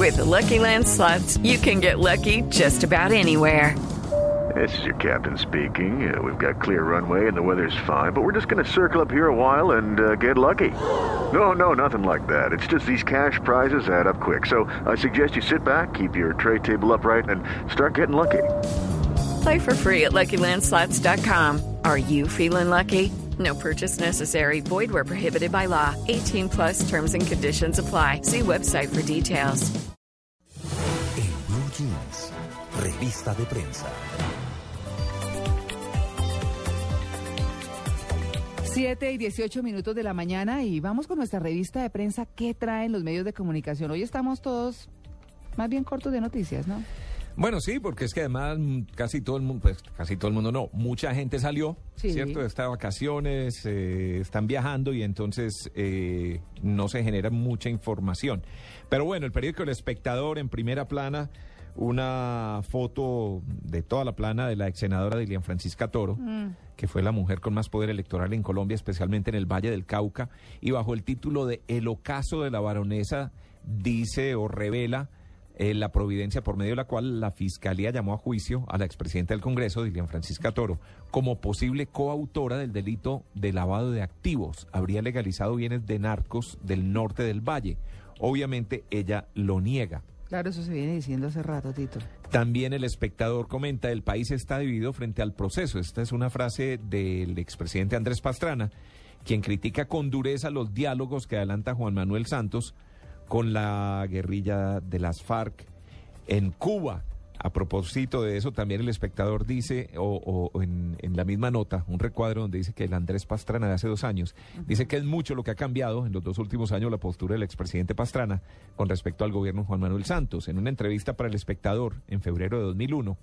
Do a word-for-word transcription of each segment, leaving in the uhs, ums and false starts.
With the Lucky Land Slots, you can get lucky just about anywhere. This is your captain speaking. Uh, we've got clear runway and the weather's fine, but we're just going to circle up here a while and uh, get lucky. No, no, nothing like that. It's just these cash prizes add up quick. So I suggest you sit back, keep your tray table upright, and start getting lucky. Play for free at Lucky Land Slots dot com. Are you feeling lucky? No purchase necessary. Void where prohibited by law. eighteen plus terms and conditions apply. See website for details. En Blue Jeans, revista de prensa. siete y dieciocho minutos de la mañana y vamos con nuestra revista de prensa. ¿Qué traen los medios de comunicación? Hoy estamos todos más bien cortos de noticias, ¿no? Bueno, sí, porque es que además casi todo el mundo, pues casi todo el mundo no, mucha gente salió, sí. ¿Cierto? Está de vacaciones, eh, están viajando y entonces eh, no se genera mucha información. Pero bueno, el periódico El Espectador en primera plana, una foto de toda la plana de la ex senadora Dilian Francisca Toro, mm. que fue la mujer con más poder electoral en Colombia, especialmente en el Valle del Cauca, y bajo el título de El ocaso de la baronesa, dice o revela eh, la providencia por medio de la cual la Fiscalía llamó a juicio a la expresidenta del Congreso, Dilian Francisca Toro, como posible coautora del delito de lavado de activos. Habría legalizado bienes de narcos del norte del Valle. Obviamente ella lo niega. Claro, eso se viene diciendo hace rato, Tito. También El Espectador comenta, el país está dividido frente al proceso. Esta es una frase del expresidente Andrés Pastrana, quien critica con dureza los diálogos que adelanta Juan Manuel Santos con la guerrilla de las FARC en Cuba. A propósito de eso, también El Espectador dice, o, o, o en, en la misma nota, un recuadro donde dice que el Andrés Pastrana de hace dos años, uh-huh. dice que es mucho lo que ha cambiado en los dos últimos años la postura del expresidente Pastrana con respecto al gobierno de Juan Manuel Santos. En una entrevista para El Espectador en febrero de dos mil uno,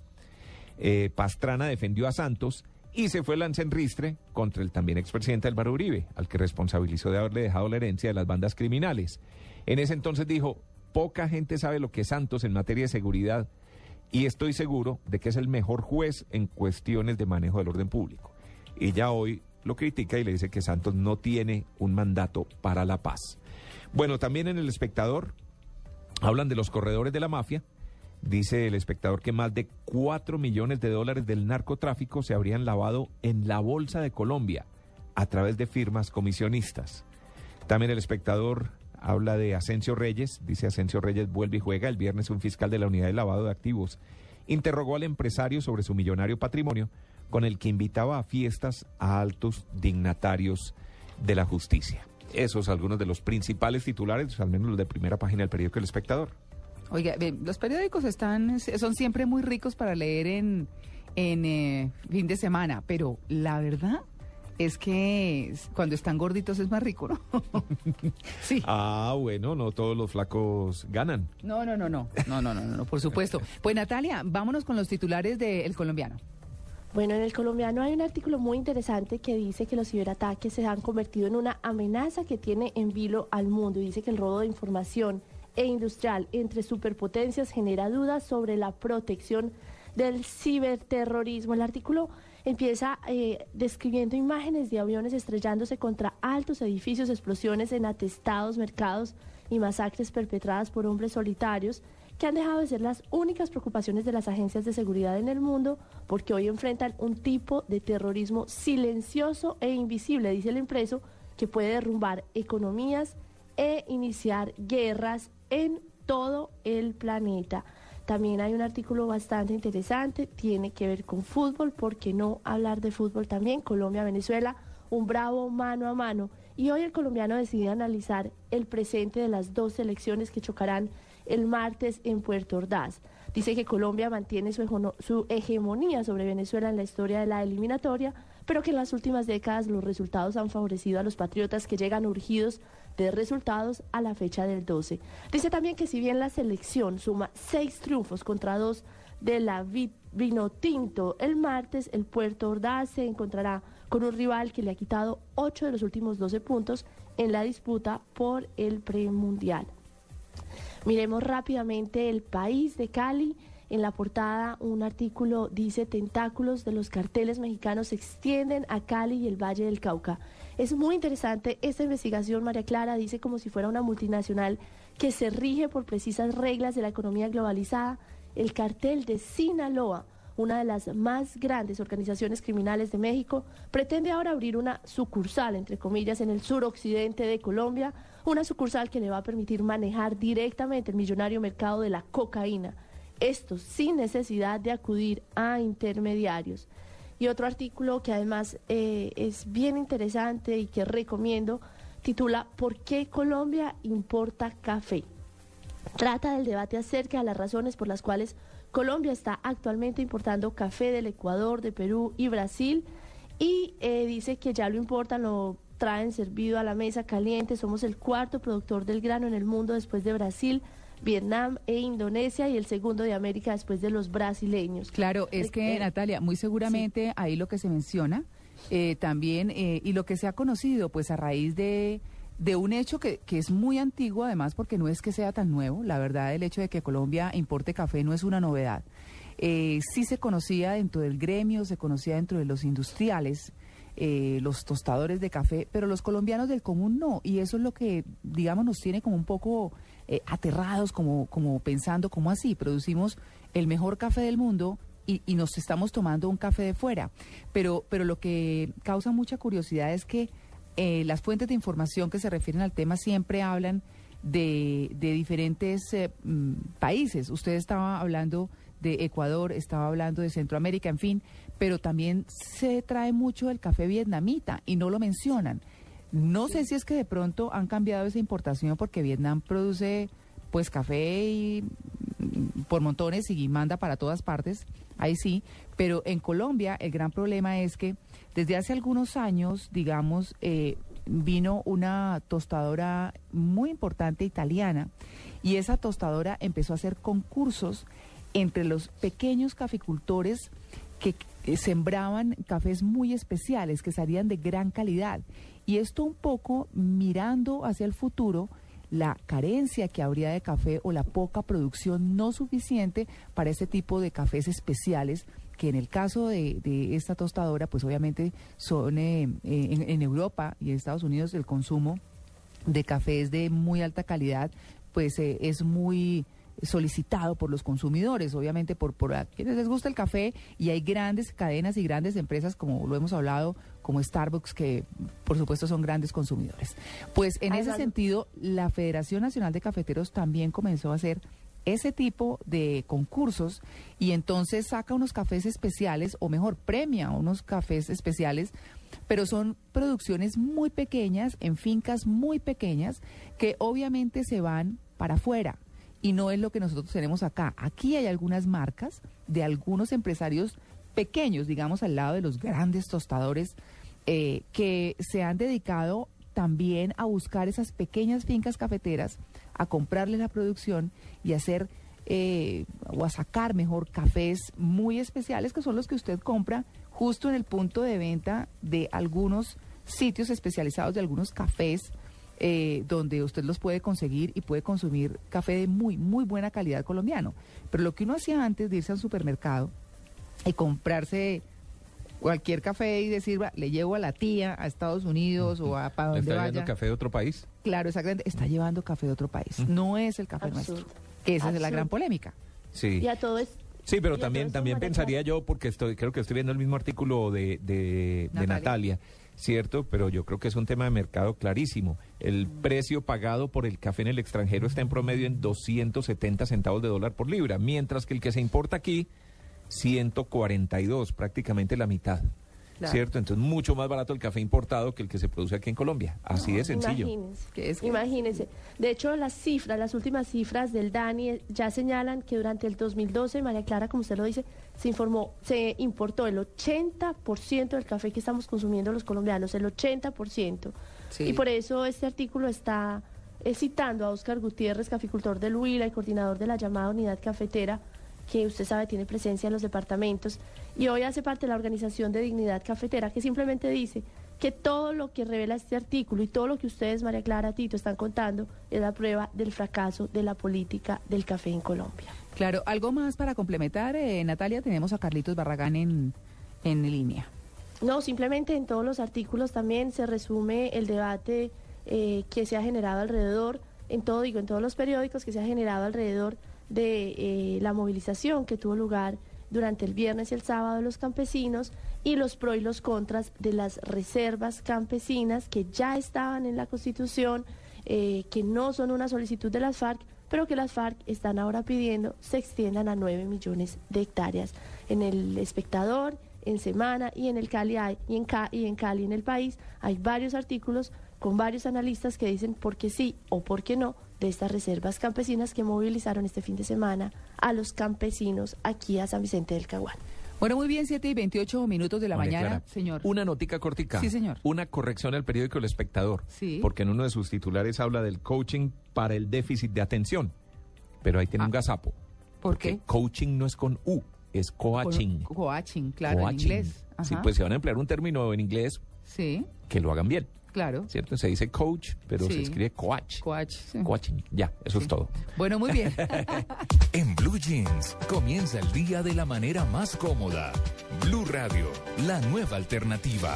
eh, Pastrana defendió a Santos y se fue lanza en ristre contra el también expresidente Álvaro Uribe, al que responsabilizó de haberle dejado la herencia de las bandas criminales. En ese entonces dijo, poca gente sabe lo que es Santos en materia de seguridad, y estoy seguro de que es el mejor juez en cuestiones de manejo del orden público. Y ya hoy lo critica y le dice que Santos no tiene un mandato para la paz. Bueno, también en El Espectador hablan de los corredores de la mafia. Dice El Espectador que más de cuatro millones de dólares del narcotráfico se habrían lavado en la Bolsa de Colombia a través de firmas comisionistas. También El Espectador habla de Asensio Reyes, dice Asensio Reyes vuelve y juega. El viernes un fiscal de la unidad de lavado de activos interrogó al empresario sobre su millonario patrimonio con el que invitaba a fiestas a altos dignatarios de la justicia. Esos algunos de los principales titulares, al menos los de primera página del periódico El Espectador. Oiga, los periódicos están son siempre muy ricos para leer en, en eh, fin de semana, pero la verdad es que cuando están gorditos es más rico, ¿no? Sí. Ah, bueno, no todos los flacos ganan. No, no, no, no, no, no, no, no, por supuesto. Pues Natalia, vámonos con los titulares de El Colombiano. Bueno, en El Colombiano hay un artículo muy interesante que dice que los ciberataques se han convertido en una amenaza que tiene en vilo al mundo, y dice que el robo de información e industrial entre superpotencias genera dudas sobre la protección del ciberterrorismo. El artículo empieza eh, describiendo imágenes de aviones estrellándose contra altos edificios, explosiones en atestados mercados y masacres perpetradas por hombres solitarios que han dejado de ser las únicas preocupaciones de las agencias de seguridad en el mundo, porque hoy enfrentan un tipo de terrorismo silencioso e invisible, dice el impreso, que puede derrumbar economías e iniciar guerras en todo el planeta. También hay un artículo bastante interesante, tiene que ver con fútbol, ¿por qué no hablar de fútbol también? Colombia-Venezuela, un bravo mano a mano. Y hoy El Colombiano decide analizar el presente de las dos selecciones que chocarán el martes en Puerto Ordaz. Dice que Colombia mantiene su, hegemo- su hegemonía sobre Venezuela en la historia de la eliminatoria, pero que en las últimas décadas los resultados han favorecido a los patriotas, que llegan urgidos de resultados a la fecha del doce. Dice también que si bien la selección suma seis triunfos contra dos de la Vinotinto, el martes el Puerto Ordaz se encontrará con un rival que le ha quitado ocho de los últimos doce puntos en la disputa por el premundial. Miremos rápidamente El País de Cali. En la portada un artículo dice: tentáculos de los carteles mexicanos se extienden a Cali y el Valle del Cauca. Es muy interesante esta investigación, María Clara, dice como si fuera una multinacional que se rige por precisas reglas de la economía globalizada. El cartel de Sinaloa, una de las más grandes organizaciones criminales de México, pretende ahora abrir una sucursal, entre comillas, en el suroccidente de Colombia, una sucursal que le va a permitir manejar directamente el millonario mercado de la cocaína, esto sin necesidad de acudir a intermediarios. Y otro artículo que además eh, es bien interesante y que recomiendo, titula ¿Por qué Colombia importa café? Trata del debate acerca de las razones por las cuales Colombia está actualmente importando café del Ecuador, de Perú y Brasil, y eh, dice que ya lo importan, lo traen servido a la mesa caliente. Somos el cuarto productor del grano en el mundo después de Brasil, Vietnam e Indonesia, y el segundo de América después de los brasileños. Claro, es que, Eh, Natalia, muy seguramente sí. ahí lo que se menciona eh, también, eh, y lo que se ha conocido, pues a raíz de, de un hecho que, que es muy antiguo, además, porque no es que sea tan nuevo. La verdad, el hecho de que Colombia importe café no es una novedad. Eh, sí se conocía dentro del gremio, se conocía dentro de los industriales, eh, los tostadores de café, pero los colombianos del común no, y eso es lo que, digamos, nos tiene como un poco eh, aterrados, como, como pensando, ¿cómo así? Producimos el mejor café del mundo y, y nos estamos tomando un café de fuera. Pero, pero lo que causa mucha curiosidad es que eh, las fuentes de información que se refieren al tema siempre hablan de, de diferentes eh, mm, países. Usted estaba hablando de Ecuador, estaba hablando de Centroamérica, en fin, pero también se trae mucho el café vietnamita y no lo mencionan. No sé si es que de pronto han cambiado esa importación porque Vietnam produce pues café y, mm, por montones y manda para todas partes, ahí sí, pero en Colombia el gran problema es que desde hace algunos años, digamos, eh, vino una tostadora muy importante italiana y esa tostadora empezó a hacer concursos entre los pequeños caficultores que eh, sembraban cafés muy especiales, que salían de gran calidad. Y esto un poco mirando hacia el futuro, la carencia que habría de café o la poca producción no suficiente para ese tipo de cafés especiales, que en el caso de, de esta tostadora, pues obviamente son eh, eh, en, en Europa y en Estados Unidos el consumo de cafés de muy alta calidad, pues eh, es muy solicitado por los consumidores, obviamente por, por a quienes les gusta el café, y hay grandes cadenas y grandes empresas, como lo hemos hablado, como Starbucks, que por supuesto son grandes consumidores. Pues en ese sentido, la Federación Nacional de Cafeteros también comenzó a hacer ese tipo de concursos y entonces saca unos cafés especiales, o mejor, premia unos cafés especiales, pero son producciones muy pequeñas, en fincas muy pequeñas, que obviamente se van para afuera. Y no es lo que nosotros tenemos acá. Aquí hay algunas marcas de algunos empresarios pequeños, digamos, al lado de los grandes tostadores, eh, que se han dedicado también a buscar esas pequeñas fincas cafeteras, a comprarles la producción y hacer, eh, o a sacar mejor, cafés muy especiales, que son los que usted compra justo en el punto de venta de algunos sitios especializados, de algunos cafés, Eh, donde usted los puede conseguir y puede consumir café de muy, muy buena calidad colombiano. Pero lo que uno hacía antes de irse al supermercado y comprarse cualquier café y decir, va, le llevo a la tía a Estados Unidos o a para donde ¿Está vaya. llevando café de otro país? Claro, exactamente, está llevando café de otro país. Mm. No es el café Absurdo. nuestro. Que esa Absurdo. es la gran polémica. Sí. Y a todo es Sí, pero Y también entonces, también María pensaría Clara. yo, porque estoy creo que estoy viendo el mismo artículo de, de, de Natalia. Natalia, ¿cierto? Pero yo creo que es un tema de mercado clarísimo. El precio pagado por el café en el extranjero está en promedio en doscientos setenta centavos de dólar por libra, mientras que el que se importa aquí, ciento cuarenta y dos, prácticamente la mitad. Claro. ¿Cierto? Entonces, mucho más barato el café importado que el que se produce aquí en Colombia. Así de sencillo. Imagínense. Que es que- Imagínense. De hecho, las cifras, las últimas cifras del DANI eh, ya señalan que durante el dos mil doce, María Clara, como usted lo dice, se informó, se importó el ochenta por ciento del café que estamos consumiendo los colombianos, el ochenta por ciento. Sí. Y por eso este artículo está eh, citando a Óscar Gutiérrez, caficultor del Huila y coordinador de la llamada Unidad Cafetera, que usted sabe tiene presencia en los departamentos, y hoy hace parte de la organización de Dignidad Cafetera, que simplemente dice que todo lo que revela este artículo y todo lo que ustedes, María Clara, Tito, están contando es la prueba del fracaso de la política del café en Colombia. Claro, algo más para complementar, eh, Natalia, tenemos a Carlitos Barragán en, en línea. No, simplemente en todos los artículos también se resume el debate eh, que se ha generado alrededor. en todo, digo, en todos los periódicos que se ha generado alrededor de eh, la movilización que tuvo lugar durante el viernes y el sábado de los campesinos y los pro y los contras de las reservas campesinas que ya estaban en la Constitución, eh, que no son una solicitud de las FARC, pero que las FARC están ahora pidiendo se extiendan a nueve millones de hectáreas. En El Espectador, en Semana y en el Cali hay, y en, Ca, y en Cali, en El País, hay varios artículos con varios analistas que dicen por qué sí o por qué no de estas reservas campesinas que movilizaron este fin de semana a los campesinos aquí a San Vicente del Caguán. Bueno, muy bien, siete y veintiocho minutos de la María mañana, Clara, señor. Una notica cortica. Sí, señor. Una corrección al periódico El Espectador. Sí. Porque en uno de sus titulares habla del coaching para el déficit de atención. Pero ahí tiene Ah, un gazapo. ¿Por Porque qué? coaching no es con U, es coaching. Co- Coaching, claro, en Coaching. inglés. Sí, Ajá. pues si van a emplear un término en inglés, Sí, que lo hagan bien. claro. ¿Cierto? Se dice coach, pero Sí. se escribe coach. Coach. sí. Coaching. Ya, eso Sí. es todo. Bueno, muy bien. En Blue Jeans, comienza el día de la manera más cómoda. Blue Radio, la nueva alternativa.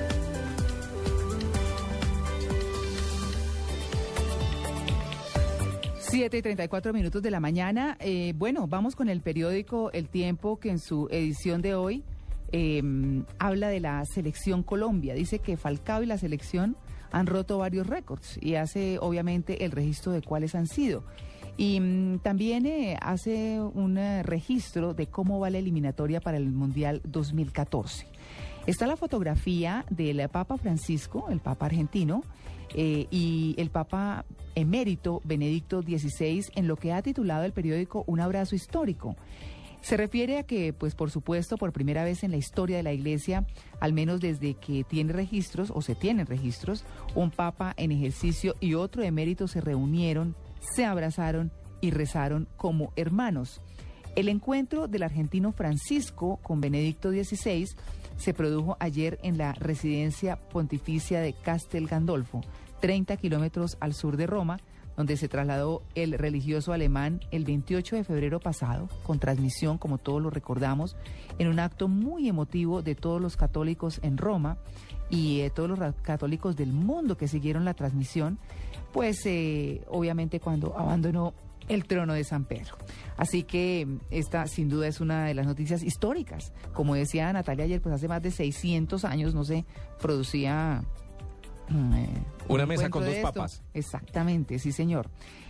siete y treinta y cuatro minutos de la mañana. Eh, bueno, vamos con el periódico El Tiempo, que en su edición de hoy eh, habla de la selección Colombia. Dice que Falcao y la selección han roto varios récords y hace obviamente el registro de cuáles han sido. Y mm, también eh, hace un eh, registro de cómo va la eliminatoria para el Mundial dos mil catorce. Está la fotografía del Papa Francisco, el Papa argentino, eh, y el Papa emérito Benedicto dieciséis, en lo que ha titulado el periódico Un abrazo histórico. Se refiere a que, pues por supuesto, por primera vez en la historia de la Iglesia, al menos desde que tiene registros, o se tienen registros, un Papa en ejercicio y otro emérito se reunieron, se abrazaron y rezaron como hermanos. El encuentro del argentino Francisco con Benedicto dieciséis se produjo ayer en la residencia pontificia de Castel Gandolfo, treinta kilómetros al sur de Roma, donde se trasladó el religioso alemán el veintiocho de febrero pasado, con transmisión, como todos lo recordamos, en un acto muy emotivo de todos los católicos en Roma y de todos los ra- católicos del mundo que siguieron la transmisión, pues eh, obviamente cuando abandonó el trono de San Pedro. Así que esta sin duda es una de las noticias históricas. Como decía Natalia ayer, pues hace más de seiscientos años no se producía mm, eh, Una un mesa encuentro con de dos esto. papas. Exactamente, sí señor.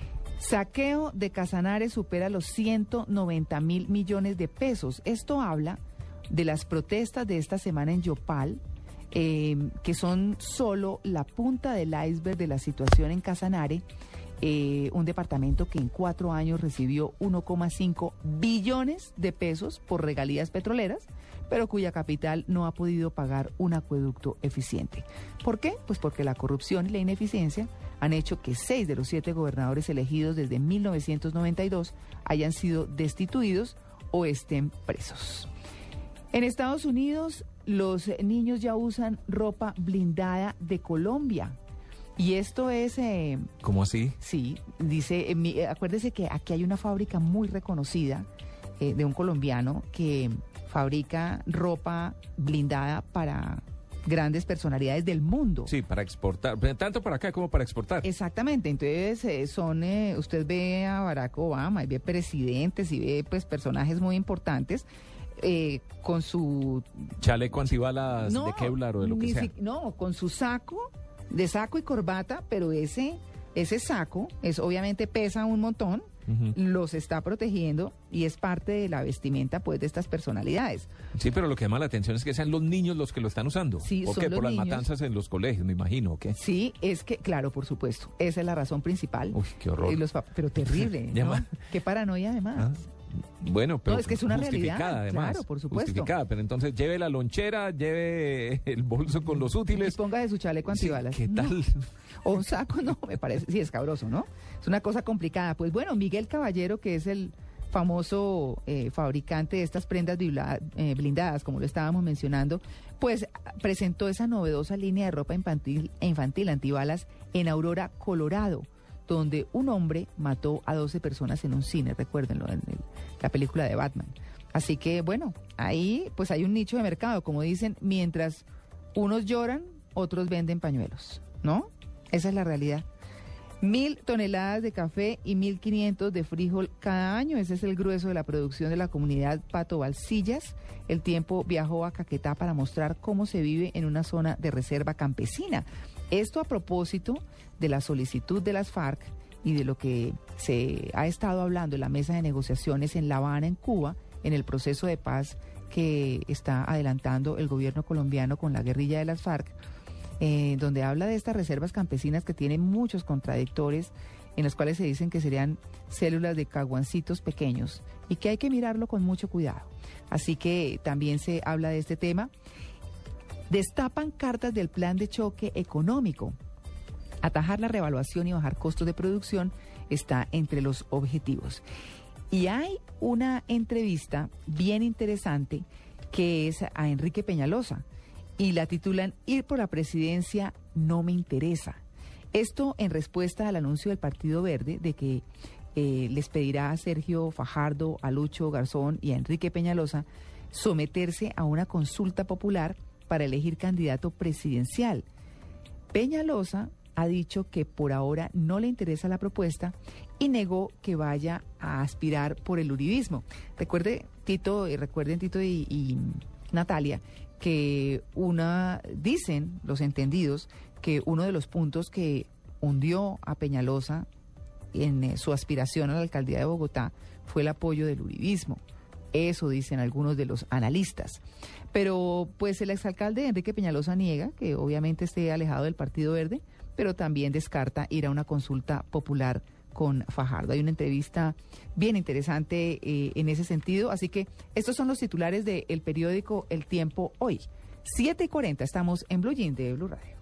Saqueo de Casanares supera los ciento noventa mil millones de pesos. Esto habla de las protestas de esta semana en Yopal, eh, que son solo la punta del iceberg de la situación en Casanare, eh, un departamento que en cuatro años recibió uno coma cinco billones de pesos por regalías petroleras, pero cuya capital no ha podido pagar un acueducto eficiente. ¿Por qué? Pues porque la corrupción y la ineficiencia han hecho que seis de los siete gobernadores elegidos desde mil novecientos noventa y dos hayan sido destituidos o estén presos. En Estados Unidos, los niños ya usan ropa blindada de Colombia. Y esto es... Eh, ¿Cómo así? Sí, dice, eh, mi- eh, acuérdese que aquí hay una fábrica muy reconocida eh, de un colombiano que fabrica ropa blindada para grandes personalidades del mundo. Sí, para exportar, tanto para acá como para exportar. Exactamente, entonces eh, son, eh, usted ve a Barack Obama y ve presidentes y ve pues personajes muy importantes eh, con su... Chaleco antibalas de Kevlar o de lo que ni sea. si- no, con su saco, de saco y corbata, pero ese, ese saco es obviamente pesa un montón, Ujú. los está protegiendo y es parte de la vestimenta pues de estas personalidades. Sí, pero lo que llama la atención es que sean los niños los que lo están usando. Sí, ¿Por son qué? los Por las niños. matanzas en los colegios, me imagino, ¿o qué? Sí, es que, claro, por supuesto, esa es la razón principal. Uy, qué horror. Y los pa- pero terrible, ¿no? Llama- Qué paranoia además. Ah, Bueno, pero No, es que es una justificada realidad, además. claro, por supuesto. Justificada, pero entonces lleve la lonchera, lleve el bolso con los útiles. Y ponga de su chaleco Sí, antibalas. ¿qué No. tal? O un saco, no, me parece, sí, escabroso, ¿no? Es una cosa complicada. Pues bueno, Miguel Caballero, que es el famoso eh, fabricante de estas prendas bibla- eh, blindadas, como lo estábamos mencionando, pues presentó esa novedosa línea de ropa infantil, infantil antibalas en Aurora, Colorado, donde un hombre mató a doce personas en un cine, recuérdenlo, en el- la película de Batman. Así que bueno, ahí pues hay un nicho de mercado, como dicen, mientras unos lloran, otros venden pañuelos, ¿no? Esa es la realidad. Mil toneladas de café y mil quinientos de frijol cada año. Ese es el grueso de la producción de la comunidad Pato Valsillas. El Tiempo viajó a Caquetá para mostrar cómo se vive en una zona de reserva campesina. Esto a propósito de la solicitud de las FARC y de lo que se ha estado hablando en la mesa de negociaciones en La Habana, en Cuba, en el proceso de paz que está adelantando el gobierno colombiano con la guerrilla de las FARC, eh, donde habla de estas reservas campesinas que tienen muchos contradictores, en los cuales se dicen que serían células de caguancitos pequeños y que hay que mirarlo con mucho cuidado. Así que también se habla de este tema. Destapan cartas del plan de choque económico. Atajar la revaluación y bajar costos de producción está entre los objetivos. Y hay una entrevista bien interesante que es a Enrique Peñalosa y la titulan Ir por la presidencia no me interesa. Esto en respuesta al anuncio del Partido Verde de que eh, les pedirá a Sergio Fajardo, a Lucho Garzón y a Enrique Peñalosa someterse a una consulta popular para elegir candidato presidencial. Peñalosa ha dicho que por ahora no le interesa la propuesta y negó que vaya a aspirar por el uribismo. Recuerde, Tito, y recuerden Tito y, y Natalia, que una, dicen los entendidos, que uno de los puntos que hundió a Peñalosa en eh, su aspiración a la alcaldía de Bogotá fue el apoyo del uribismo. Eso dicen algunos de los analistas. Pero pues el exalcalde Enrique Peñalosa niega que obviamente esté alejado del Partido Verde, pero también descarta ir a una consulta popular con Fajardo. Hay una entrevista bien interesante eh, en ese sentido. Así que estos son los titulares del periódico El Tiempo hoy. siete y cuarenta, estamos en Blue Jeans de Blue Radio.